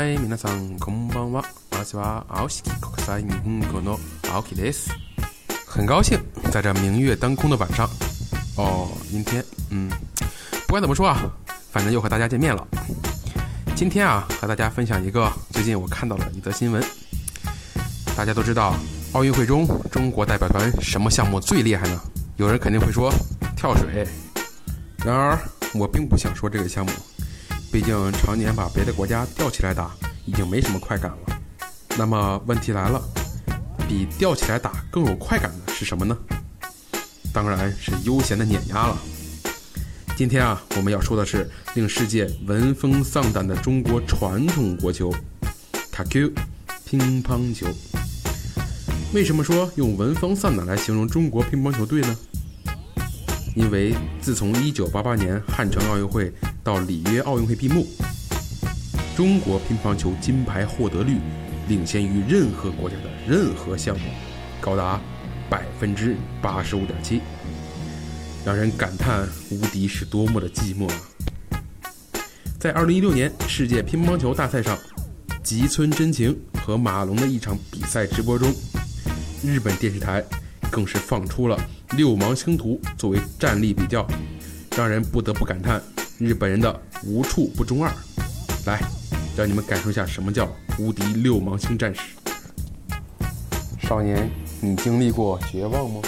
はい、皆さんこんばんは。私は青式国際日本語の青木です。很高兴在这明月当空的晚上，阴天，不管怎么说啊，反正又和大家见面了。今天啊，和大家分享一个最近我看到的一则新闻。大家都知道，奥运会中中国代表团什么项目最厉害呢？有人肯定会说跳水。然而，我并不想说这个项目，毕竟常年把别的国家吊起来打，已经没什么快感了。那么问题来了，比吊起来打更有快感的是什么呢？当然是悠闲的碾压了。今天啊，我们要说的是令世界闻风丧胆的中国传统国球卓球，乒乓球。为什么说用闻风丧胆来形容中国乒乓球队呢？因为自从1988年汉城奥运会到里约奥运会闭幕，中国乒乓球金牌获得率领先于任何国家的任何项目，高达85.7%，让人感叹无敌是多么的寂寞啊！在2016年世界乒乓球大赛上，吉村真晴和马龙的一场比赛直播中，日本电视台更是放出了六芒星图作为战力比较，让人不得不感叹日本人的无处不中二。来，让你们感受一下什么叫无敌六芒星战士。少年，你经历过绝望吗？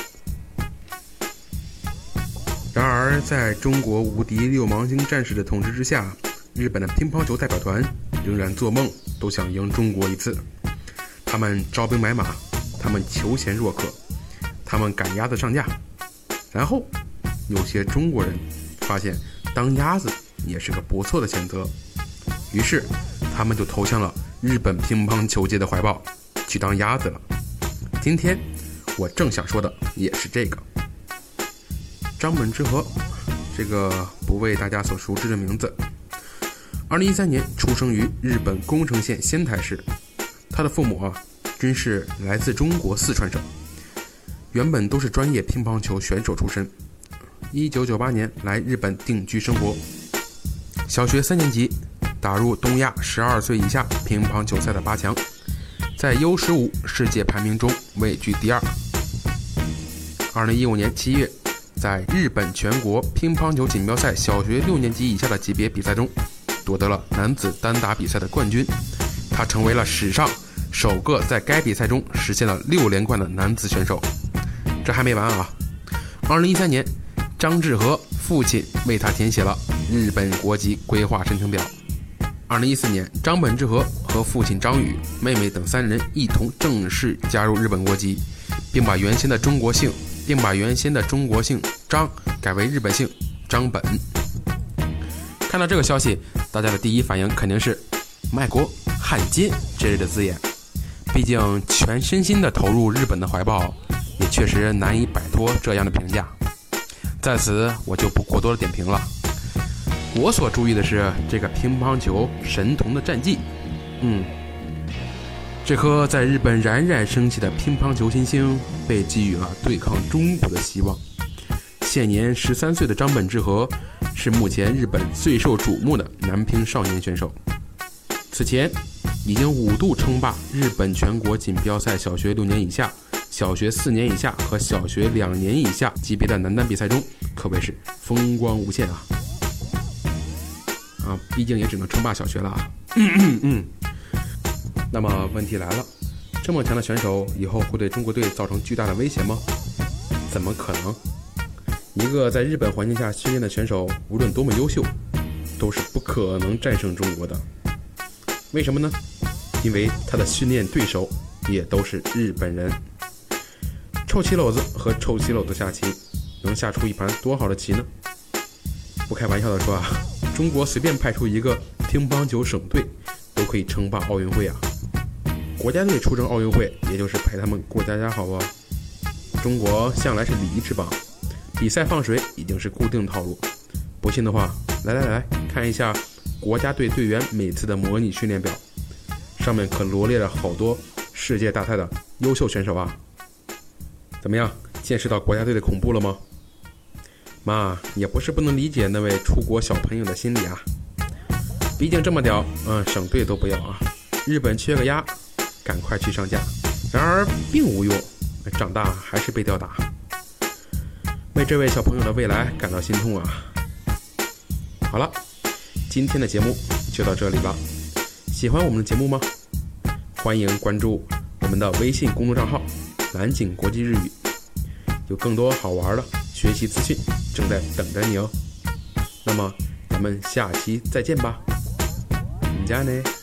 然而在中国无敌六芒星战士的统治之下，日本的乒乓球代表团仍然做梦都想赢中国一次。他们招兵买马，他们求贤若渴，他们赶鸭子上架，然后有些中国人发现当鸭子也是个不错的选择，于是他们就投向了日本乒乓球界的怀抱，去当鸭子了。今天我正想说的也是这个。张本智和，这个不为大家所熟知的名字，2013年出生于日本宫城县仙台市，他的父母均是来自中国四川省，原本都是专业乒乓球选手出身。1998年来日本定居生活，小学3年级打入东亚12岁以下乒乓球赛的8强，在 U15 世界排名中位居第2。2015年7月，在日本全国乒乓球锦标赛小学6年级以下的级别比赛中，夺得了男子单打比赛的冠军，他成为了史上首个在该比赛中实现了6连冠的男子选手。这还没完啊！2013年，张志和父亲为他填写了日本国籍规划申请表。2014年，张本智和和父亲张宇、妹妹等3人一同正式加入日本国籍，并把原先的中国姓张改为日本姓张本。看到这个消息，大家的第一反应肯定是卖国、汉奸之类的字眼，毕竟全身心的投入日本的怀抱，也确实难以摆脱这样的评价。在此我就不过多的点评了。我所注意的是这个乒乓球神童的战绩。这颗在日本冉冉升起的乒乓球新星被寄予了对抗中国的希望。现年13岁的张本智和是目前日本最受瞩目的男乒少年选手，此前已经5度称霸日本全国锦标赛小学6年以下、小学4年以下和小学2年以下级别的男单比赛中，可谓是风光无限啊！毕竟也只能称霸小学了啊。那么问题来了，这么强的选手以后会对中国队造成巨大的威胁吗？怎么可能？一个在日本环境下训练的选手，无论多么优秀，都是不可能战胜中国的。为什么呢？因为他的训练对手也都是日本人。臭棋篓子和臭棋篓子下棋，能下出一盘多好的棋呢？不开玩笑的说中国随便派出一个乒乓球省队都可以称霸奥运会啊！国家队出征奥运会，也就是陪他们过家家好不好？中国向来是礼仪之邦，比赛放水已经是固定套路。不信的话，来看一下国家队队员每次的模拟训练表，上面可罗列了好多世界大赛的优秀选手啊！怎么样，见识到国家队的恐怖了吗？妈，也不是不能理解那位出国小朋友的心理啊。 毕竟这么屌，省队都不要啊！日本缺个鸭，赶快去上架。然而并无用，长大还是被吊打。为这位小朋友的未来感到心痛啊！好了，今天的节目就到这里了。喜欢我们的节目吗？欢迎关注我们的微信公众账号蓝景国际日语，有更多好玩的学习资讯正在等着你哦。那么咱们下期再见吧，じゃあね。